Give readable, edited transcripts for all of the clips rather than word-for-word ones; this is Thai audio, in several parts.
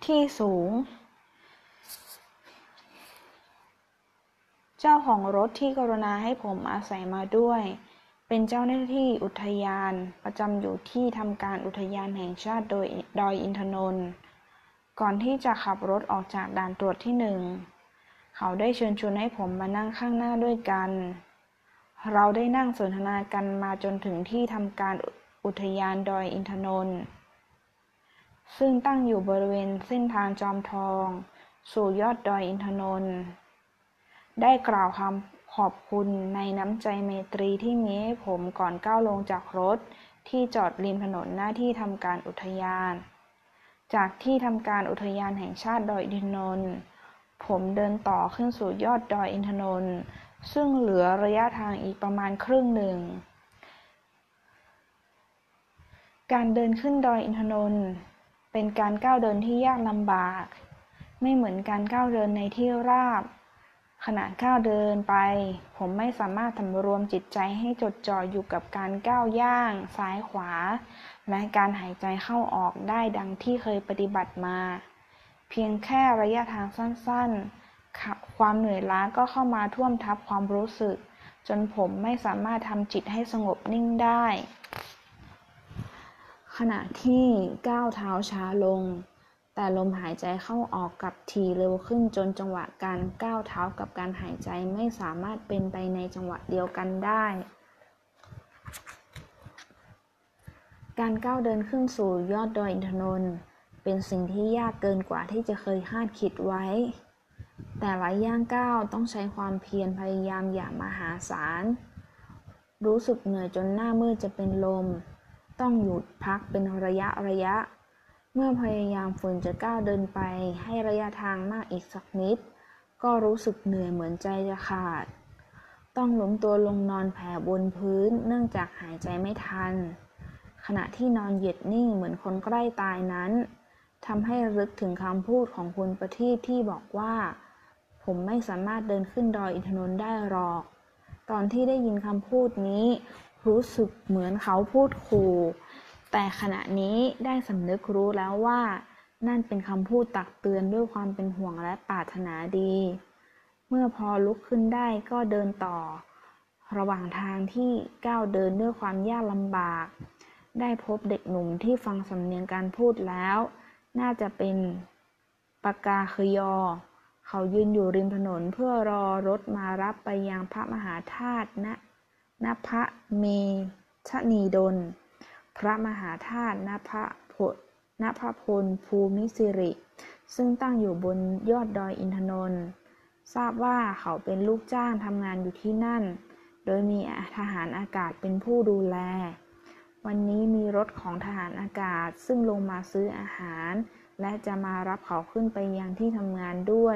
ที่สูงเจ้าของรถที่กรุณาให้ผมอาศัยมาด้วยเป็นเจ้าหน้าที่อุทยานประจำอยู่ที่ทำการอุทยานแห่งชาติดอยอินทนนท์ก่อนที่จะขับรถออกจากด่านตรวจที่1เขาได้เชิญชวนให้ผมมานั่งข้างหน้าด้วยกันเราได้นั่งสนทนากันมาจนถึงที่ทำการอุทยานดอยอินทนนท์ซึ่งตั้งอยู่บริเวณเส้นทางจอมทองสู่ยอดดอยอินทนนท์ได้กล่าวคำขอบคุณในน้ำใจไมตรีที่มีให้ผมก่อนก้าวลงจากรถที่จอดริมถนนหน้าที่ทำการอุทยานจากที่ทำการอุทยานแห่งชาติดอยอินทนนท์ผมเดินต่อขึ้นสู่ยอดดอยอินทนนท์ซึ่งเหลือระยะทางอีกประมาณครึ่งหนึ่งการเดินขึ้นดอยอินทนนท์เป็นการก้าวเดินที่ยากลำบากไม่เหมือนการก้าวเดินในที่ราบขณะก้าวเดินไปผมไม่สามารถสำรวมจิตใจให้จดจ่ออยู่กับการก้าวย่างซ้ายขวาและการหายใจเข้าออกได้ดังที่เคยปฏิบัติมาเพียงแค่ระยะทางสั้นๆความเหนื่อยล้าก็เข้ามาท่วมทับความรู้สึกจนผมไม่สามารถทำจิตให้สงบนิ่งได้ขณะที่ก้าวเท้าช้าลงแต่ลมหายใจเข้าออกกลับถี่เร็วขึ้นจนจังหวะการก้าวเท้ากับการหายใจไม่สามารถเป็นไปในจังหวะเดียวกันได้การก้าวเดินขึ้นสู่ยอดดอยอินทนนท์เป็นสิ่งที่ยากเกินกว่าที่จะเคยคาดคิดไว้แต่ละย่างก้าวต้องใช้ความเพียรพยายามอย่างมหาศาลรู้สึกเหนื่อยจนหน้ามืดจะเป็นลมต้องหยุดพักเป็นระยะเมื่อพยายามฝืนจะก้าวเดินไปให้ระยะทางมากอีกสักนิดก็รู้สึกเหนื่อยเหมือนใจจะขาดต้องล้มตัวลงนอนแผ่บนพื้นเนื่องจากหายใจไม่ทันขณะที่นอนเหยียดนิ่งเหมือนคนใกล้ตายนั้นทำให้รึกถึงคำพูดของคุณประทีปที่บอกว่าผมไม่สามารถเดินขึ้นดอยอินทนนท์ได้หรอกตอนที่ได้ยินคำพูดนี้รู้สึกเหมือนเขาพูดขู่แต่ขณะนี้ได้สำนึกรู้แล้วว่านั่นเป็นคำพูดตักเตือนด้วยความเป็นห่วงและปรารถนาดีเมื่อพอลุกขึ้นได้ก็เดินต่อระหว่างทางที่ก้าวเดินด้วยความยากลำบากได้พบเด็กหนุ่มที่ฟังสำเนียงการพูดแล้วน่าจะเป็นปากาเคยอเขายืนอยู่ริมถนนเพื่อรอรถมารับไปยังพระมหาธาตุณพระเมธนีดลพระมหาธาตุณพระพลภูมิสิริซึ่งตั้งอยู่บนยอดดอยอินทนนท์ทราบว่าเขาเป็นลูกจ้างทำงานอยู่ที่นั่นโดยมีทหารอากาศเป็นผู้ดูแลวันนี้มีรถของทหารอากาศซึ่งลงมาซื้ออาหารและจะมารับเขาขึ้นไปยังที่ทำงานด้วย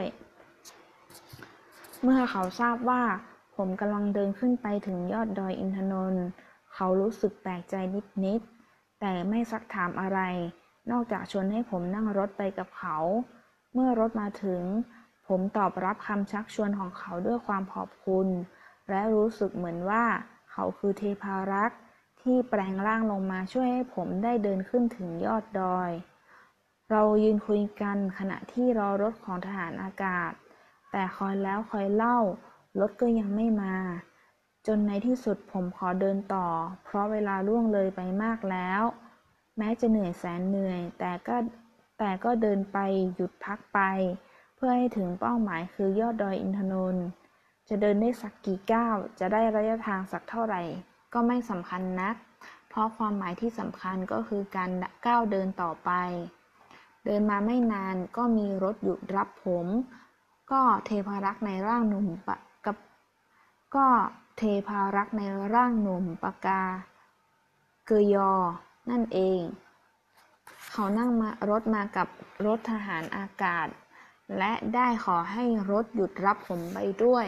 เมื่อเขาทราบว่าผมกำลังเดินขึ้นไปถึงยอดดอยอินทนนท์เขารู้สึกแปลกใจนิดๆแต่ไม่ซักถามอะไรนอกจากชวนให้ผมนั่งรถไปกับเขาเมื่อรถมาถึงผมตอบรับคำชักชวนของเขาด้วยความขอบคุณและรู้สึกเหมือนว่าเขาคือเทพารักษ์ที่แปลงร่างลงมาช่วยให้ผมได้เดินขึ้นถึงยอดดอยเรายืนคุยกันขณะที่รอรถของทหารอากาศแต่คอยแล้วคอยเล่ารถก็ยังไม่มาจนในที่สุดผมขอเดินต่อเพราะเวลาล่วงเลยไปมากแล้วแม้จะเหนื่อยแสนเหนื่อยแต่ก็เดินไปหยุดพักไปเพื่อให้ถึงเป้าหมายคือยอดดอยอินทนนท์จะเดินได้สักกี่ก้าวจะได้ระยะทางสักเท่าไหร่ก็ไม่สำคัญนักเพราะความหมายที่สำคัญก็คือการก้าวเดินต่อไปเดินมาไม่นานก็มีรถหยุดรับผมก็เทพารักษ์ในร่างหนุ่มปากาเกยอนั่นเองเขานั่งรถมากับรถทหารอากาศและได้ขอให้รถหยุดรับผมไปด้วย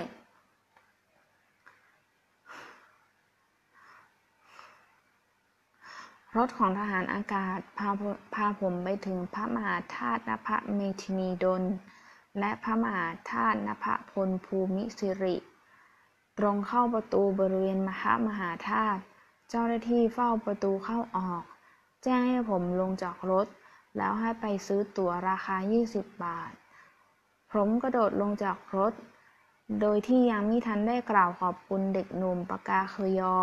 รถของทหารอากาศพาผมไปถึงพระมหาธาตุณพระเมธินีดลและพระมหาธาตุณพระพลภูมิสิริตรงเข้าประตูบริเวณพระมหาธาตุเจ้าหน้าที่เฝ้าประตูเข้าออกแจ้งให้ผมลงจากรถแล้วให้ไปซื้อตั๋วราคา20 บาทผมกระโดดลงจากรถโดยที่ยังไม่ทันได้กล่าวขอบคุณเด็กหนุ่มปากาเคยอ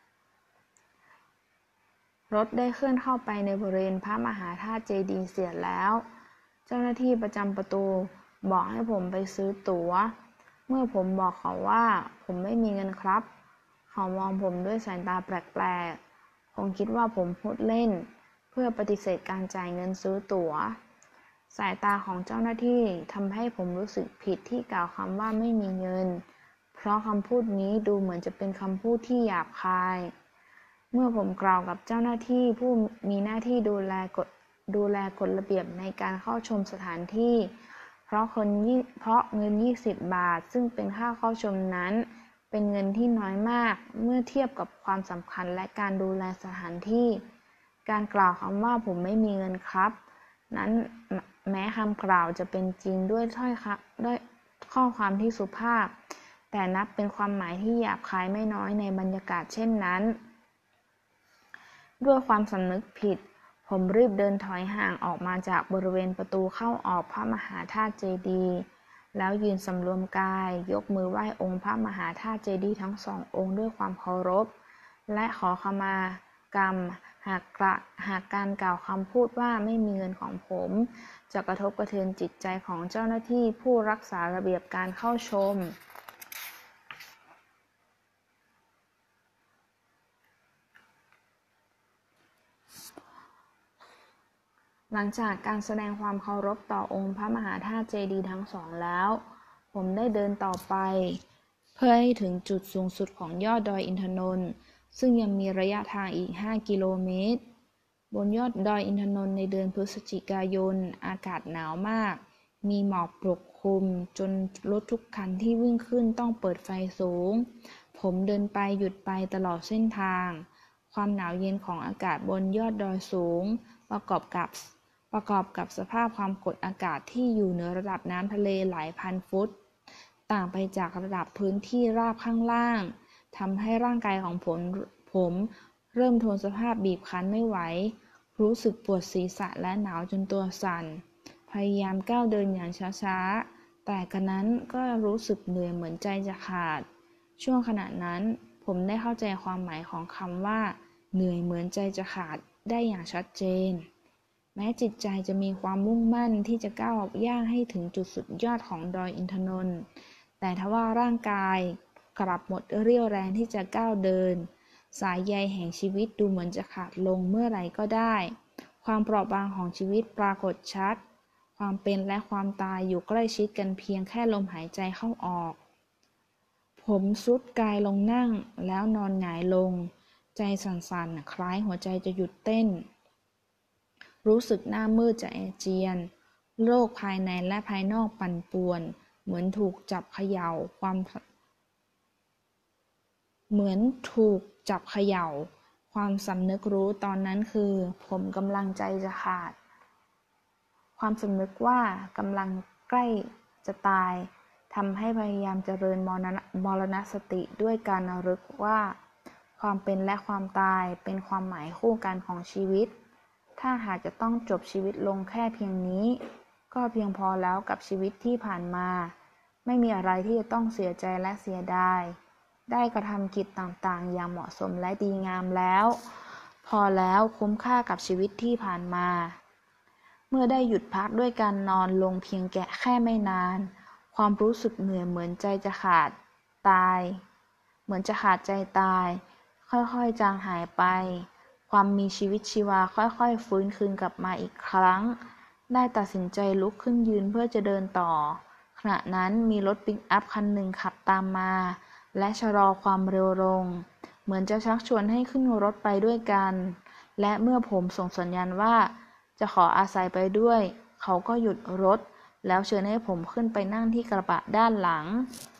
รถได้เคลื่อนเข้าไปในบริเวณพระมหาธาตุเจดีย์เสียแล้วเจ้าหน้าที่ประจำประตูบอกให้ผมไปซื้อตั๋วเมื่อผมบอกเขาว่าผมไม่มีเงินครับเขามองผมด้วยสายตาแปลกๆคงคิดว่าผมพูดเล่นเพื่อปฏิเสธการจ่ายเงินซื้อตั๋วสายตาของเจ้าหน้าที่ทำให้ผมรู้สึกผิดที่กล่าวคำว่าไม่มีเงินเพราะคำพูดนี้ดูเหมือนจะเป็นคำพูดที่หยาบคายเมื่อผมกล่าวกับเจ้าหน้าที่ผู้มีหน้าที่ดูแลกฎระเบียบในการเข้าชมสถานที่เพราะเงิน20 บาทซึ่งเป็นค่าเข้าชมนั้นเป็นเงินที่น้อยมากเมื่อเทียบกับความสำคัญและการดูแลสถานที่การกล่าวคำว่าผมไม่มีเงินครับนั้นแม้คำกล่าวจะเป็นจริงด้วยข้อความที่สุภาพแต่นับเป็นความหมายที่หยาบคายไม่น้อยในบรรยากาศเช่นนั้นด้วยความสำนึกผิดผมรีบเดินถอยห่างออกมาจากบริเวณประตูเข้าออกพระมหาธาตุเจดีย์แล้วยืนสำรวมกายยกมือไหว้องค์พระมหาธาตุเจดีย์ทั้งสององค์ด้วยความเคารพและขอขมากรรมหากการกล่าวคำพูดว่าไม่มีเงินของผมจะกระทบกระเทือนจิตใจของเจ้าหน้าที่ผู้รักษาระเบียบการเข้าชมหลังจากการแสดงความเคารพต่อองค์พระมหาธาตุเจดีย์ทั้งสองแล้วผมได้เดินต่อไปเพื่อให้ถึงจุดสูงสุดของยอดดอยอินทนนท์ซึ่งยังมีระยะทางอีก5 กิโลเมตรบนยอดดอยอินทนนท์ในเดือนพฤศจิกายนอากาศหนาวมากมีหมอกปกคลุมจนรถทุกคันที่วิ่งขึ้นต้องเปิดไฟสูงผมเดินไปหยุดไปตลอดเส้นทางความหนาวเย็นของอากาศบนยอดดอยสูงประกอบกับสภาพความกดอากาศที่อยู่เหนือระดับน้ำทะเลหลายพันฟุตต่างไปจากระดับพื้นที่ราบข้างล่างทำให้ร่างกายของผมเริ่มทนสภาพบีบคั้นไม่ไหวรู้สึกปวดศีรษะและหนาวจนตัวสั่นพยายามก้าวเดินอย่างช้าๆแต่กระนั้นก็รู้สึกเหนื่อยเหมือนใจจะขาดช่วงขณะนั้นผมได้เข้าใจความหมายของคำว่าเหนื่อยเหมือนใจจะขาดได้อย่างชัดเจนแม้จิตใจจะมีความมุ่งมั่นที่จะก้าวย่างให้ถึงจุดสุดยอดของดอยอินทนนท์แต่ทว่าร่างกายกลับหมดเรี่ยวแรงที่จะก้าวเดินสายใยแห่งชีวิตดูเหมือนจะขาดลงเมื่อไหร่ก็ได้ความเปราะบางของชีวิตปรากฏชัดความเป็นและความตายอยู่ใกล้ชิดกันเพียงแค่ลมหายใจเข้าออกผมทรุดกายลงนั่งแล้วนอนหงายลงใจสั่นๆคล้ายหัวใจจะหยุดเต้นรู้สึกหน้ามืดจะอาเจียนโรคภายในและภายนอกปั่นป่วนเหมือนถูกจับเขย่าความสำนึกรู้ตอนนั้นคือผมกำลังใจจะขาดความสำนึกว่ากำลังใกล้จะตายทำให้พยายามเจริญมรณสติด้วยการระลึกว่าความเป็นและความตายเป็นความหมายคู่กันของชีวิตถ้าหากจะต้องจบชีวิตลงแค่เพียงนี้ก็เพียงพอแล้วกับชีวิตที่ผ่านมาไม่มีอะไรที่จะต้องเสียใจและเสียดายได้กระทำกิจต่างๆอย่างเหมาะสมและดีงามแล้วพอแล้วคุ้มค่ากับชีวิตที่ผ่านมาเมื่อได้หยุดพักด้วยการนอนลงเพียงแค่ไม่นานความรู้สึกเหนื่อยเหมือนจะขาดใจตายค่อยๆจางหายไปความมีชีวิตชีวาค่อยๆฟื้นคืนกลับมาอีกครั้งได้ตัดสินใจลุกขึ้นยืนเพื่อจะเดินต่อขณะนั้นมีรถปิกอัพคันหนึ่งขับตามมาและชะลอความเร็วลงเหมือนจะชักชวนให้ขึ้นรถไปด้วยกันและเมื่อผมส่งสัญญาณว่าจะขออาศัยไปด้วยเขาก็หยุดรถแล้วเชิญให้ผมขึ้นไปนั่งที่กระบะด้านหลัง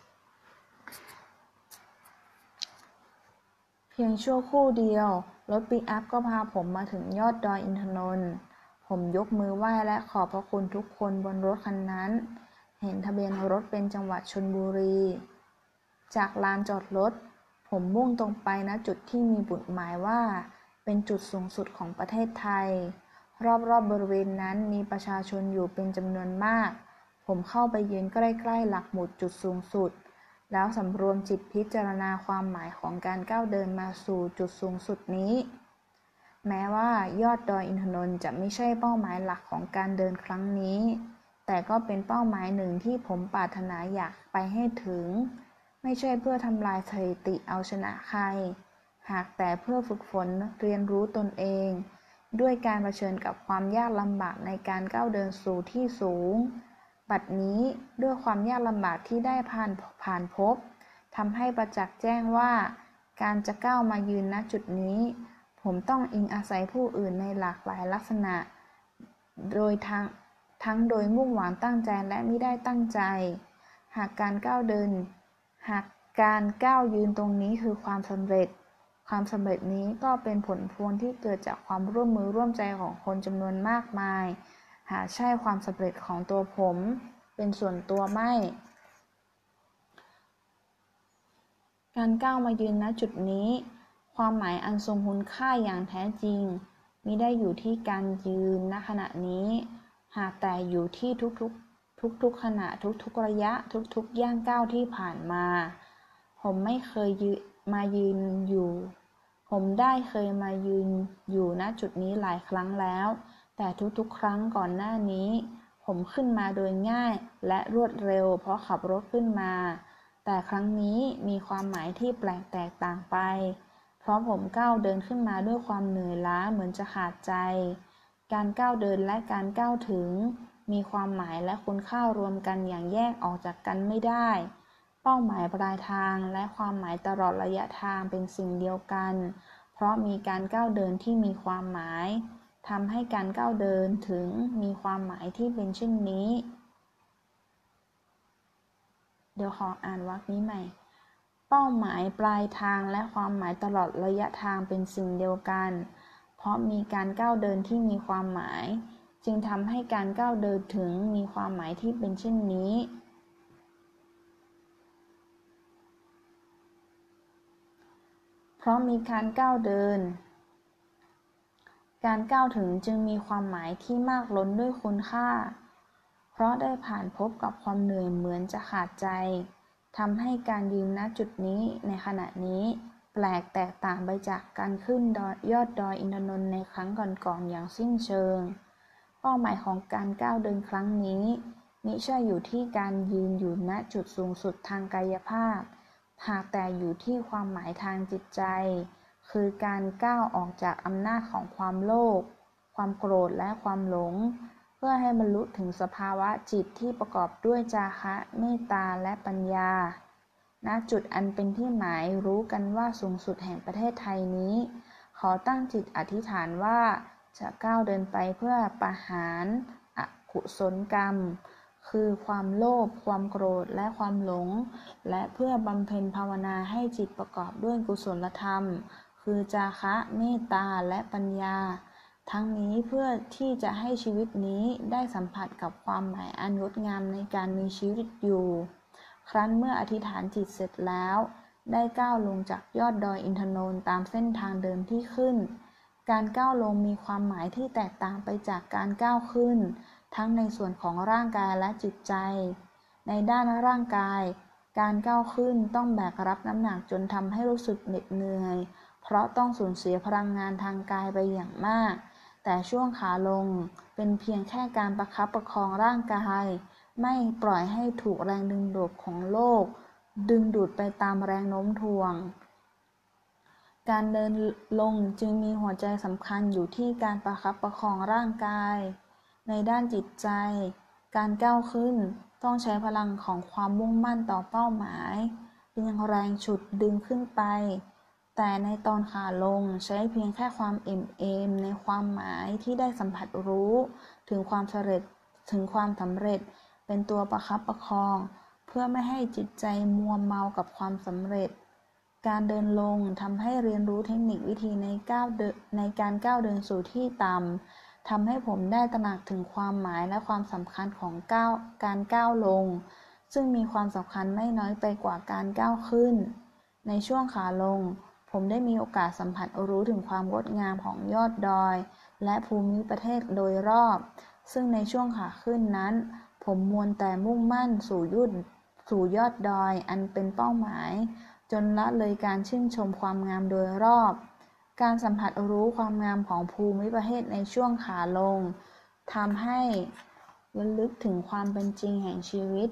เพียงชั่วครู่เดียวรถปิกอัพก็พาผมมาถึงยอดดอยอินทนนท์ผมยกมือไหว้และขอบพระคุณทุกคนบนรถคันนั้นเห็นทะเบียนรถเป็นจังหวัดชลบุรีจากลานจอดรถผมมุ่งตรงไปณจุดที่มีบุตรหมายว่าเป็นจุดสูงสุดของประเทศไทยรอบๆบริเวณนั้นมีประชาชนอยู่เป็นจำนวนมากผมเข้าไปยืนใกล้ๆหลักหมุดจุดสูงสุดแล้วสำรวมจิตพิจารณาความหมายของการก้าวเดินมาสู่จุดสูงสุดนี้แม้ว่ายอดดอยอินทนนท์จะไม่ใช่เป้าหมายหลักของการเดินครั้งนี้แต่ก็เป็นเป้าหมายหนึ่งที่ผมปรารถนาอยากไปให้ถึงไม่ใช่เพื่อทำลายสถิติเอาชนะใครหากแต่เพื่อฝึกฝนเรียนรู้ตนเองด้วยการเผชิญกับความยากลำบากในการก้าวเดินสู่ที่สูงบัดนี้ด้วยความยากลำบากที่ได้ผ่านพบทำให้ประจักษ์แจ้งว่าการจะก้าวมายืนณจุดนี้ผมต้องอิงอาศัยผู้อื่นในหลากหลายลักษณะโดยทั้งโดยมุ่งหวังตั้งใจและไม่ได้ตั้งใจหากการก้าวยืนตรงนี้คือความสำเร็จนี้ก็เป็นผลพวงที่เกิดจากความร่วมมือร่วมใจของคนจำนวนมากมายหากใช่ความสำเร็จของตัวผมเป็นส่วนตัวไม่การก้าวมายืนณจุดนี้ความหมายอันทรงคุณค่าอย่างแท้จริงมิได้อยู่ที่การยืนณขณะนี้หากแต่อยู่ที่ทุกขณะทุกระยะทุกย่างก้าวที่ผ่านมาผมได้เคยมายืนอยู่ณจุดนี้หลายครั้งแล้วแต่ทุกๆครั้งก่อนหน้านี้ผมขึ้นมาโดยง่ายและรวดเร็วเพราะขับรถขึ้นมาแต่ครั้งนี้มีความหมายที่แปลกแตกต่างไปเพราะผมก้าวเดินขึ้นมาด้วยความเหนื่อยล้าเหมือนจะขาดใจการก้าวเดินและการก้าวถึงมีความหมายและคุณค่ารวมกันอย่างแยกออกจากกันไม่ได้เป้าหมายปลายทางและความหมายตลอดระยะทางเป็นสิ่งเดียวกันเพราะมีการก้าวเดินที่มีความหมายทำให้การก้าวเดินถึงมีความหมายที่เป็นเช่นนี้เดี๋ยวขออ่านวรรคนี้ใหม่เป้าหมายปลายทางและความหมายตลอดระยะทางเป็นสิ่งเดียวกันเพราะมีการก้าวเดินที่มีความหมายจึงทำให้การก้าวเดินถึงมีความหมายที่เป็นเช่นนี้เพราะมีการก้าวเดินการก้าวถึงจึงมีความหมายที่มากล้นด้วยคุณค่าเพราะได้ผ่านพบกับความเหนื่อยเหมือนจะขาดใจทำให้การยืนณจุดนี้ในขณะนี้แปลกแตกต่างไปจากการขึ้นยอดดอยอินทนนท์ในครั้งก่อนๆอย่างสิ้นเชิงเป้าหมายของการก้าวเดินครั้งนี้มิใช่อยู่ที่การยืนอยู่ณจุดสูงสุดทางกายภาพหากแต่อยู่ที่ความหมายทางจิตใจคือการก้าวออกจากอำนาจของความโลภความโกรธและความหลงเพื่อให้บรรลุถึงสภาวะจิตที่ประกอบด้วยจาคะเมตตาและปัญญาณจุดอันเป็นที่หมายรู้กันว่าสูงสุดแห่งประเทศไทยนี้ขอตั้งจิตอธิษฐานว่าจะก้าวเดินไปเพื่อประหารอกุศลกรรมคือความโลภความโกรธและความหลงและเพื่อบำเพ็ญภาวนาให้จิตประกอบด้วยกุศลธรรมคือจาคะเมตตาและปัญญาทั้งนี้เพื่อที่จะให้ชีวิตนี้ได้สัมผัสกับความหมายอันงดงามในการมีชีวิตอยู่ครั้นเมื่ออธิษฐานจิตเสร็จแล้วได้ก้าวลงจากยอดดอยอินทนนท์ตามเส้นทางเดิมที่ขึ้นการก้าวลงมีความหมายที่แตกต่างไปจากการก้าวขึ้นทั้งในส่วนของร่างกายและจิตใจในด้านร่างกายการก้าวขึ้นต้องแบกรับน้ำหนักจนทำให้รู้สึกเหน็ดเหนื่อยเพราะต้องสูญเสียพลังงานทางกายไปอย่างมากแต่ช่วงขาลงเป็นเพียงแค่การประคับประคองร่างกายไม่ปล่อยให้ถูกแรงดึงดูดของโลกดึงดูดไปตามแรงโน้มถ่วงการเดินลงจึงมีหัวใจสำคัญอยู่ที่การประคับประคองร่างกายในด้านจิตใจการก้าวขึ้นต้องใช้พลังของความมุ่งมั่นต่อเป้าหมายเป็นแรงฉุดดึงขึ้นไปแต่ในตอนขาลงใช้เพียงแค่ความเอ็มในความหมายที่ได้สัมผัสรู้ถึงความสำเร็จเป็นตัวประคับประคองเพื่อไม่ให้จิตใจมัวเมากับความสำเร็จการเดินลงทำให้เรียนรู้เทคนิควิธีในการก้าวเดินสู่ที่ต่ำทำให้ผมได้ตระหนักถึงความหมายและความสำคัญของการก้าวลงซึ่งมีความสำคัญไม่น้อยไปกว่าการก้าวขึ้นในช่วงขาลงผมได้มีโอกาสสัมผัสรู้ถึงความงดงามของยอดดอยและภูมิประเทศโดยรอบซึ่งในช่วงขาขึ้นนั้นผมมัวแต่มุ่งมั่นสู่ยอดดอยอันเป็นเป้าหมายจนละเลยการชื่นชมความงามโดยรอบการสัมผัสรู้ความงามของภูมิประเทศในช่วงขาลงทำให้ระลึกถึงความเป็นจริงแห่งชีวิต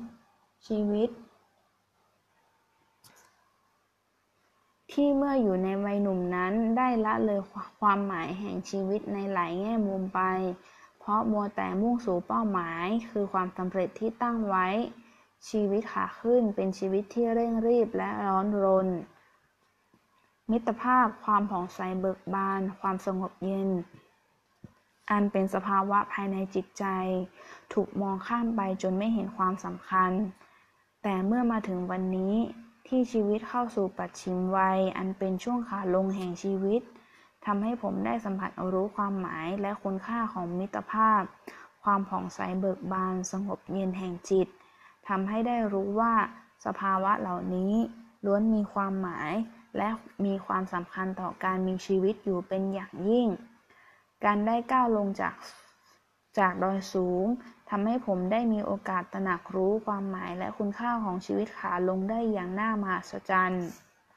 ที่เมื่ออยู่ในวัยหนุ่มนั้นได้ละเลยความหมายแห่งชีวิตในหลายแง่มุมไปเพราะมัวแต่มุ่งสู่เป้าหมายคือความสำเร็จที่ตั้งไว้ชีวิตขาขึ้นเป็นชีวิตที่เร่งรีบและร้อนรนมิตรภาพความผ่องใสเบิกบานความสงบเย็นอันเป็นสภาวะภายในจิตใจถูกมองข้ามไปจนไม่เห็นความสำคัญแต่เมื่อมาถึงวันนี้ที่ชีวิตเข้าสู่ปัจฉิมวัยอันเป็นช่วงขาลงแห่งชีวิตทำให้ผมได้สัมผัสรู้ความหมายและคุณค่าของมิตรภาพความผ่องใสเบิกบานสงบเย็นแห่งจิตทำให้ได้รู้ว่าสภาวะเหล่านี้ล้วนมีความหมายและมีความสำคัญต่อการมีชีวิตอยู่เป็นอย่างยิ่งการได้ก้าวลงจากดอยสูงทำให้ผมได้มีโอกาสตระหนักรู้ความหมายและคุณค่าของชีวิตขาลงได้อย่างน่ามหัศจรรย์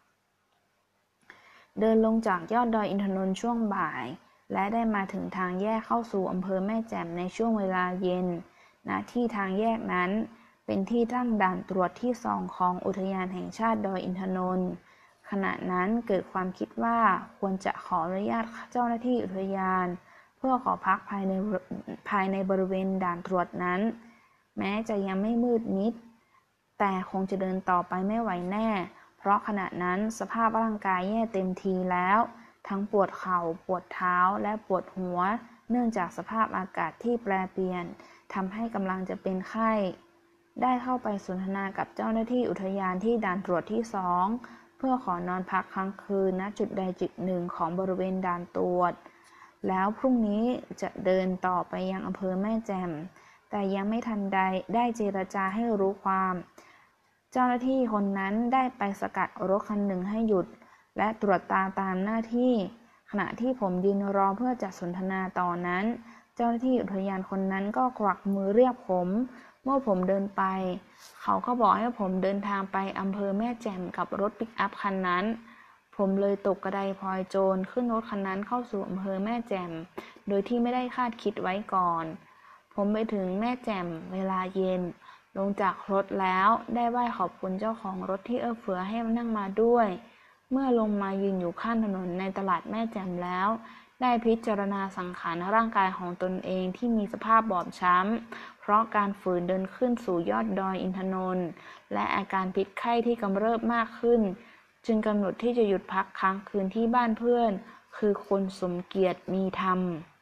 เดินลงจากยอดดอยอินทนนท์ช่วงบ่ายและได้มาถึงทางแยกเข้าสู่อำเภอแม่แจ่มในช่วงเวลาเย็นณที่ทางแยกนั้นเป็นที่ตั้งด่านตรวจที่2ของอุทยานแห่งชาติดอยอินทนนท์ขณะนั้นเกิดความคิดว่าควรจะขออนุญาตเจ้าหน้าที่อุทยานเพื่อขอพักภายในบริเวณด่านตรวจนั้นแม้จะยังไม่มืดมิดแต่คงจะเดินต่อไปไม่ไหวแน่เพราะขณะนั้นสภาพร่างกายแย่เต็มทีแล้วทั้งปวดเข่าปวดเท้าและปวดหัวเนื่องจากสภาพอากาศที่แปรเปลี่ยนทำให้กำลังจะเป็นไข้ได้เข้าไปสนทนากับเจ้าหน้าที่อุทยานที่ด่านตรวจที่2เพื่อขอนอนพักค้างคืนณจุดใดจุดหนึ่งของบริเวณด่านตรวจแล้วพรุ่งนี้จะเดินต่อไปยังอำเภอแม่แจ่มแต่ยังไม่ทันใดได้เจรจาให้รู้ความเจ้าหน้าที่คนนั้นได้ไปสกัดรถคันหนึ่งให้หยุดและตรวจตาตามหน้าที่ขณะที่ผมยืนรอเพื่อจะสนทนาต่อนั้นเจ้าหน้าที่อุทยานคนนั้นก็กวักมือเรียกผมเมื่อผมเดินไปเขาก็บอกให้ผมเดินทางไปอำเภอแม่แจ่มกับรถปิกอัพคันนั้นผมเลยตกกระไดพลอยโจรขึ้นรถคันนั้นเข้าสู่อำเภอแม่แจ่มโดยที่ไม่ได้คาดคิดไว้ก่อนผมไปถึงแม่แจ่มเวลาเย็นลงจากรถแล้วได้ไหว้ขอบคุณเจ้าของรถที่เอื้อเฟื้อให้นั่งมาด้วยเมื่อลงมายืนอยู่ข้างถนนในตลาดแม่แจ่มแล้วได้พิจารณาสังขารร่างกายของตนเองที่มีสภาพบอบช้ำเพราะการฝืนเดินขึ้นสู่ยอดดอยอินทนนท์และอาการพิษไข้ที่กำเริบมากขึ้นจึงกำหนดที่จะหยุดพักค้างคืนที่บ้านเพื่อนคือคนสมเกียรติมีธรรม